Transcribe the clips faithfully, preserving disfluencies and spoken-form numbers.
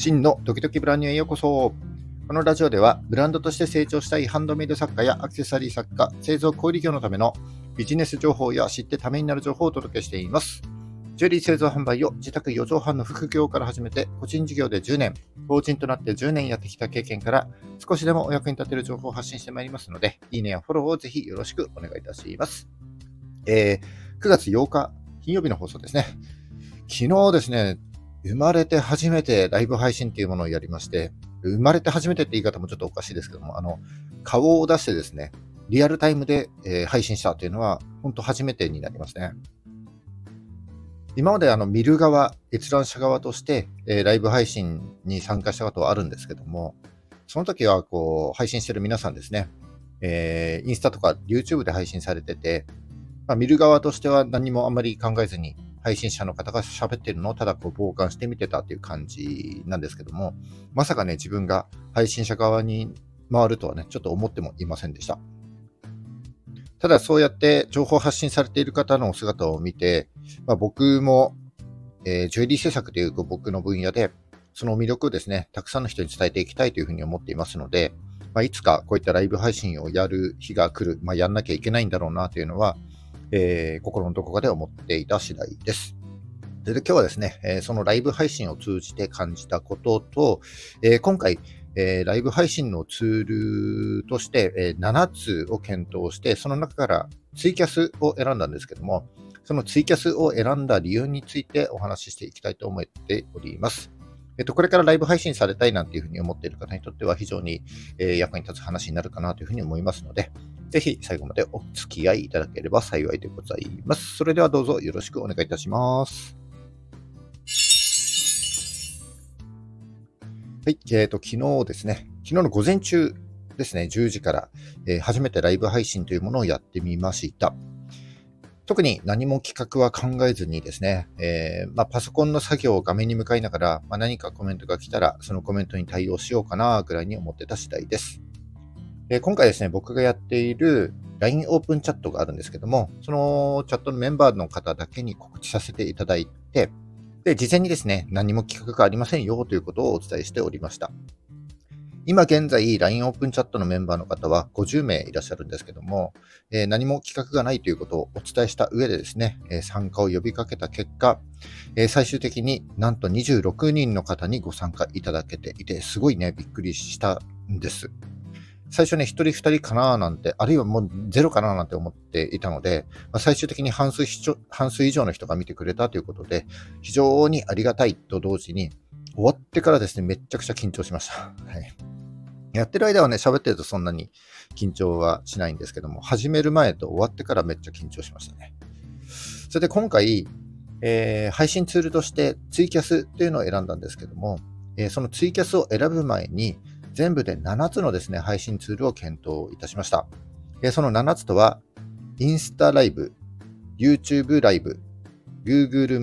真のドキドキブランニューへようこそ。このラジオではブランドとして成長したいハンドメイド作家やアクセサリー作家、製造小売業のためのビジネス情報や知ってためになる情報をお届けしています。ジュエリー製造販売を自宅よじはんの副業から始めて個人事業でじゅうねん、法人となってじゅうねんやってきた経験から少しでもお役に立てる情報を発信してまいりますので、いいねやフォローをぜひよろしくお願いいたします。えー、くがつようか金曜日の放送ですね。昨日ですね、生まれて初めてライブ配信というものをやりまして、生まれて初めてって言い方もちょっとおかしいですけども、あの顔を出してですね、リアルタイムで、えー配信したというのは本当初めてになりますね。今まであの見る側、閲覧者側として、えーライブ配信に参加したことはあるんですけども、その時はこう配信してる皆さんですね、えーインスタとか YouTube で配信されてて、まあ、見る側としては何もあまり考えずに配信者の方が喋っているのをただこう傍観して見てたという感じなんですけども、まさかね、自分が配信者側に回るとはね、ちょっと思ってもいませんでした。ただそうやって情報発信されている方のお姿を見て、まあ、僕も、えージュエリー制作という僕の分野で、その魅力をですね、たくさんの人に伝えていきたいというふうに思っていますので、まあ、いつかこういったライブ配信をやる日が来る、まあ、やんなきゃいけないんだろうなというのは、えー心のどこかで思っていた次第です。で、今日はですね、えーそのライブ配信を通じて感じたことと、えー今回、えーライブ配信のツールとして、えーななつを検討して、その中からツイキャスを選んだんですけども、そのツイキャスを選んだ理由についてお話ししていきたいと思っております。えっと、これからライブ配信されたいなんていうふうに思っている方にとっては非常に、えー役に立つ話になるかなというふうに思いますので、ぜひ最後までお付き合いいただければ幸いでございます。それではどうぞよろしくお願いいたします。はい、えーと、昨日ですね、昨日の午前中ですね、じゅうじから、えー初めてライブ配信というものをやってみました。特に何も企画は考えずにですね、えーまあ、パソコンの作業を画面に向かいながら、まあ、何かコメントが来たら、そのコメントに対応しようかなぐらいに思ってた次第です。えー今回ですね、僕がやっている ライン オープンチャットがあるんですけども、そのチャットのメンバーの方だけに告知させていただいて、で、事前にですね、何も企画がありませんよということをお伝えしておりました。今現在、ライン オープンチャットのメンバーの方はごじゅうめいいらっしゃるんですけども、えー何も企画がないということをお伝えした上でですね、えー参加を呼びかけた結果、えー最終的になんとにじゅうろくにんの方にご参加いただけていて、すごいね、びっくりしたんです。最初ね、一人二人かななんて、あるいはもうゼロかななんて思っていたので、まあ、最終的に半数以上半数以上の人が見てくれたということで、非常にありがたいと同時に、終わってからですね、めっちゃくちゃ緊張しました。はい。やってる間はね、喋ってるとそんなに緊張はしないんですけども、始める前と終わってからめっちゃ緊張しましたね。それで今回、えー配信ツールとしてツイキャスっていうのを選んだんですけども、えーそのツイキャスを選ぶ前に、全部でななつのですね、配信ツールを検討いたしました。えーそのななつとは、インスタライブ、YouTube ライブ、Google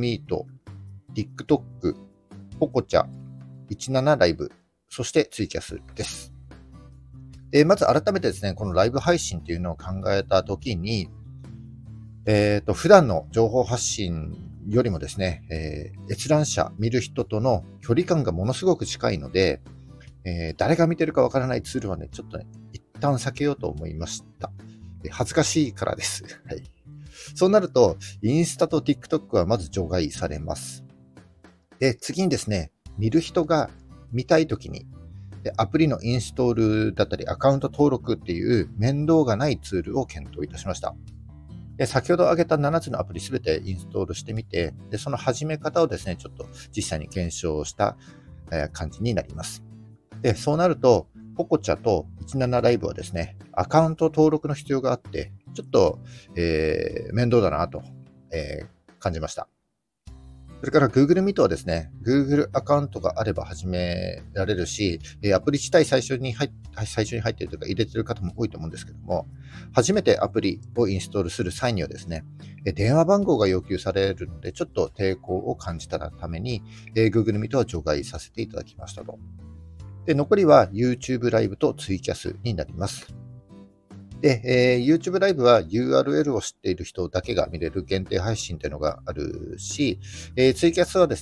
Meet、TikTok、ポコチャ、じゅうななライブ、そしてツイキャスです。えーまず改めてですね、このライブ配信というのを考えたときに、えーと、普段の情報発信よりもですね、えー閲覧者、見る人との距離感がものすごく近いので、えー誰が見てるかわからないツールはね、ちょっとね、一旦避けようと思いました。えー恥ずかしいからです。はい。そうなると、インスタと TikTok はまず除外されます。で、次にですね、見る人が見たいときに、でアプリのインストールだったり、アカウント登録っていう面倒がないツールを検討いたしました。で先ほど挙げたななつのアプリすべてインストールしてみて、でその始め方をですね、ちょっと実際に検証した、えー感じになります。で、そうなると、ポコチャとじゅうななライブはですね、アカウント登録の必要があって、ちょっと、えー面倒だなと、えー感じました。それから Google Meet はですね、Google アカウントがあれば始められるし、えーアプリ自体最初に入っ最初に入っているというか入れている方も多いと思うんですけども、初めてアプリをインストールする際にはですね、えー電話番号が要求されるので、ちょっと抵抗を感じたために、えー Google Meet は除外させていただきましたと。で、残りは YouTube ライブとツイキャスになります。で、えー YouTube ライブは ユーアールエル を知っている人だけが見れる限定配信というのがあるし、えーツイキャスはですね、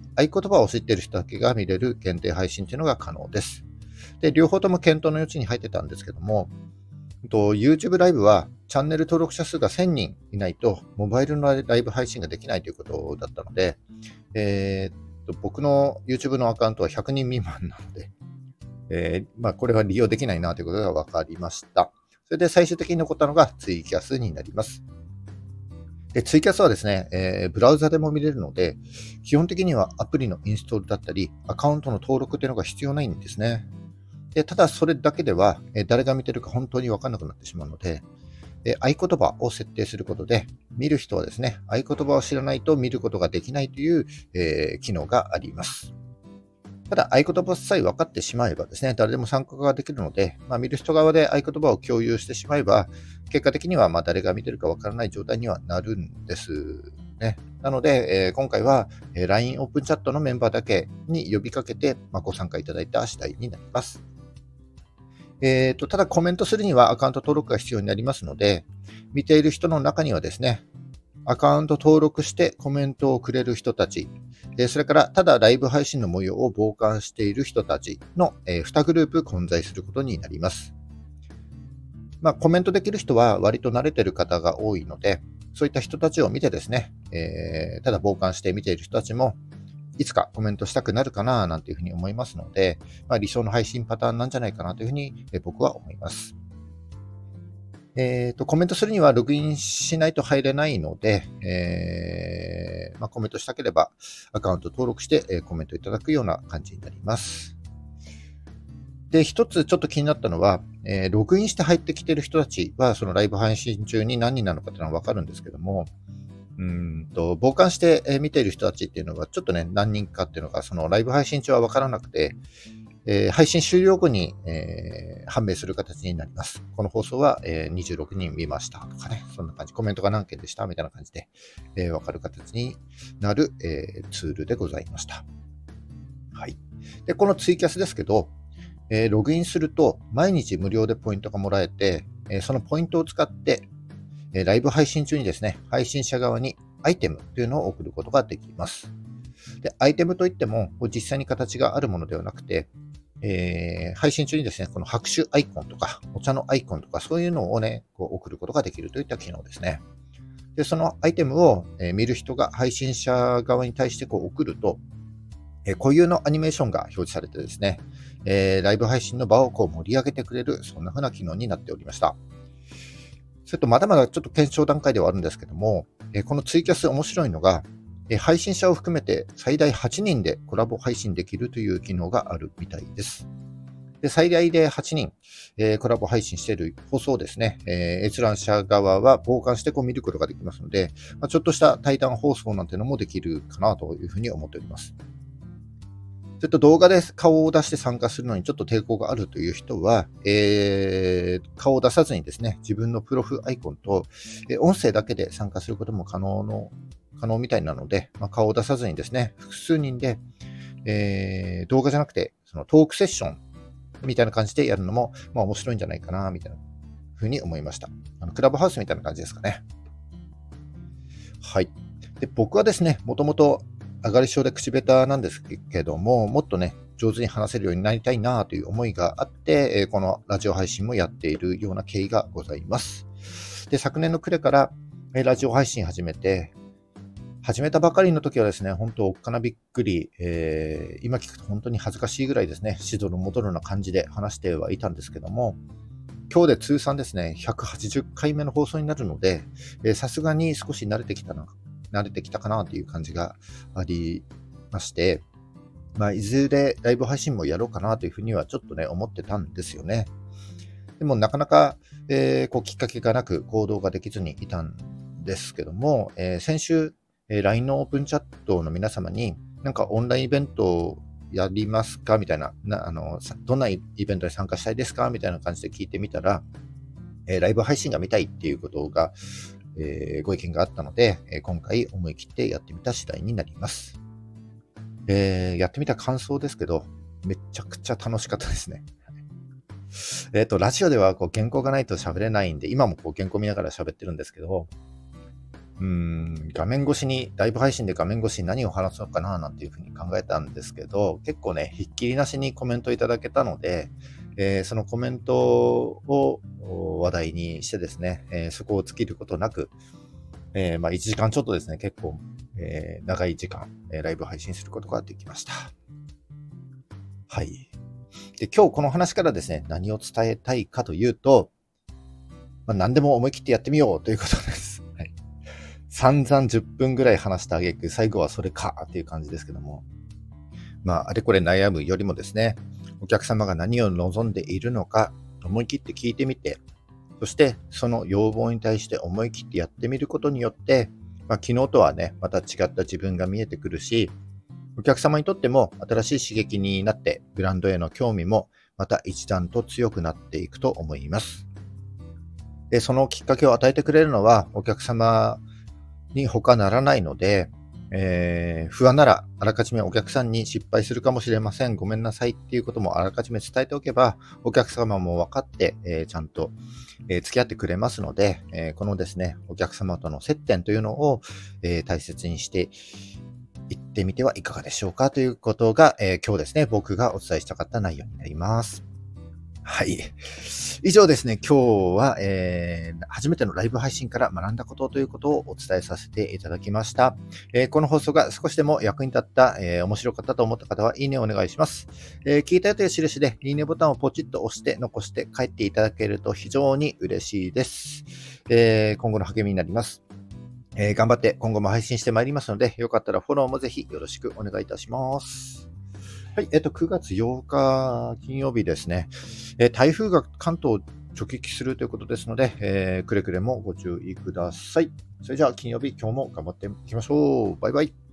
合言葉を知っている人だけが見れる限定配信というのが可能です。で、両方とも検討の余地に入ってたんですけども、と YouTube ライブはチャンネル登録者数がせんにんいないとモバイルのライブ配信ができないということだったので、えー、と僕の YouTube のアカウントはひゃくにん未満なので、えーまあ、これは利用できないなということが分かりました。それで最終的に残ったのがツイキャスになります。でツイキャスはですね、えー、ブラウザでも見れるので、基本的にはアプリのインストールだったり、アカウントの登録というのが必要ないんですね。でただ、それだけでは、えー、誰が見てるか本当に分からなくなってしまうので、えー、合言葉を設定することで、見る人はですね、合言葉を知らないと見ることができないという、えー、機能があります。ただ、合言葉さえ分かってしまえばですね、誰でも参加ができるので、まあ、見る人側で合言葉を共有してしまえば、結果的にはまあ誰が見てるか分からない状態にはなるんですね。なので、えー、今回は ライン オープンチャットのメンバーだけに呼びかけて、まあ、ご参加いただいた次第になります。えーと、ただコメントするにはアカウント登録が必要になりますので、見ている人の中にはですね、アカウント登録してコメントをくれる人たち、それからただライブ配信の模様を傍観している人たちのにグループ混在することになります。まあ、コメントできる人は割と慣れている方が多いので、そういった人たちを見てですね、えー、ただ傍観して見ている人たちもいつかコメントしたくなるかななんていうふうに思いますので、まあ、理想の配信パターンなんじゃないかなというふうに僕は思います。えーと、コメントするにはログインしないと入れないので、えーまあ、コメントしたければアカウント登録して、えー、コメントいただくような感じになります。で、一つちょっと気になったのは、えー、ログインして入ってきている人たちは、そのライブ配信中に何人なのかというのはわかるんですけども、うんと傍観して見ている人たちっていうのがちょっとね、何人かっていうのが、そのライブ配信中はわからなくて、えー、配信終了後に、えー、判明する形になります。この放送は、えー、にじゅうろくにん見ましたとかね、そんな感じ、コメントが何件でしたみたいな感じで、えー、分かる形になる、えー、ツールでございました。はい。で、このツイキャスですけど、えー、ログインすると毎日無料でポイントがもらえて、えー、そのポイントを使って、えー、ライブ配信中にですね、配信者側にアイテムというのを送ることができます。で、アイテムといっても、実際に形があるものではなくて、えー、配信中にですね、この拍手アイコンとか、お茶のアイコンとか、そういうのをね、こう送ることができるといった機能ですね。で、そのアイテムを、えー、見る人が配信者側に対してこう送ると、えー、固有のアニメーションが表示されてですね、えー、ライブ配信の場をこう盛り上げてくれる、そんな風な機能になっておりました。それと、まだまだちょっと検証段階ではあるんですけども、えー、このツイキャス面白いのが、配信者を含めて最大はちにんでコラボ配信できるという機能があるみたいです。で最大ではちにん、えー、コラボ配信している放送をですね、えー、閲覧者側は傍観してこう見ることができますので、まあ、ちょっとした対談放送なんてのもできるかなというふうに思っております。ちょっと動画で顔を出して参加するのにちょっと抵抗があるという人は、えー、顔を出さずにですね、自分のプロフアイコンと、えー、音声だけで参加することも可能の可能みたいなので、まあ、顔を出さずにですね、複数人で、えー、動画じゃなくて、そのトークセッションみたいな感じでやるのも、まあ、面白いんじゃないかな、みたいなふうに思いました。あのクラブハウスみたいな感じですかね。はい。で、僕はですね、もともと上がり症で口下手なんですけども、もっとね、上手に話せるようになりたいなという思いがあって、このラジオ配信もやっているような経緯がございます。で、昨年の暮れからラジオ配信始めて、始めたばかりの時はですね、本当おっかなびっくり、えー、今聞くと本当に恥ずかしいぐらいですね、しどろもどろな感じで話してはいたんですけども、今日で通算ですね、ひゃくはちじゅっかいめの放送になるので、さすがに少し慣れてきたな、慣れてきたかなという感じがありまして、まあ、いずれライブ配信もやろうかなというふうにはちょっとね、思ってたんですよね。でもなかなか、えー、こうきっかけがなく行動ができずにいたんですけども、えー、先週、えー、ライン のオープンチャットの皆様に、なんかオンラインイベントをやりますかみたいな、なあのどんなイベントに参加したいですかみたいな感じで聞いてみたら、えー、ライブ配信が見たいっていうことが、えー、ご意見があったので、えー、今回思い切ってやってみた次第になります。えー、やってみた感想ですけど、めちゃくちゃ楽しかったですね。えっと、ラジオではこう原稿がないと喋れないんで、今もこう原稿見ながら喋ってるんですけど、 うーん、画面越しに、ライブ配信で画面越しに何を話すのかななんていうふうに考えたんですけど、結構ね、ひっきりなしにコメントいただけたので、えーそのコメントをお話題にしてですね、えーそこを尽きることなく、えーまあ、いちじかんちょっとですね、結構、えー長い時間、えーライブ配信することができました。はい。で、今日この話からですね、何を伝えたいかというと、まあ、何でも思い切ってやってみようということです。はい。散々じゅっぷんぐらい話した挙句、最後はそれかっていう感じですけども、まあ、あれこれ悩むよりもですね、お客様が何を望んでいるのか、思い切って聞いてみて、そしてその要望に対して思い切ってやってみることによって、まあ、昨日とはね、また違った自分が見えてくるし、お客様にとっても新しい刺激になって、ブランドへの興味もまた一段と強くなっていくと思います。で、そのきっかけを与えてくれるのはお客様に他ならないので、えー不安ならあらかじめお客さんに失敗するかもしれません。ごめんなさいっていうこともあらかじめ伝えておけば、お客様も分かって、えーちゃんと、えー付き合ってくれますので、えーこのですね、お客様との接点というのを、えー大切にしていってみてはいかがでしょうかということが、えー今日ですね、僕がお伝えしたかった内容になります。はい。以上ですね、今日は、えー初めてのライブ配信から学んだことということをお伝えさせていただきました。えーこの放送が少しでも役に立った、えー面白かったと思った方は、いいねをお願いします。えー聞いたよという印で、いいねボタンをポチッと押して残して帰っていただけると非常に嬉しいです。えー今後の励みになります。えー頑張って今後も配信してまいりますので、よかったらフォローもぜひよろしくお願いいたします。はい、えっと、くがつようか金曜日ですね。えー台風が関東を直撃するということですので、えーくれぐれもご注意ください。それじゃあ金曜日、今日も頑張っていきましょう。バイバイ。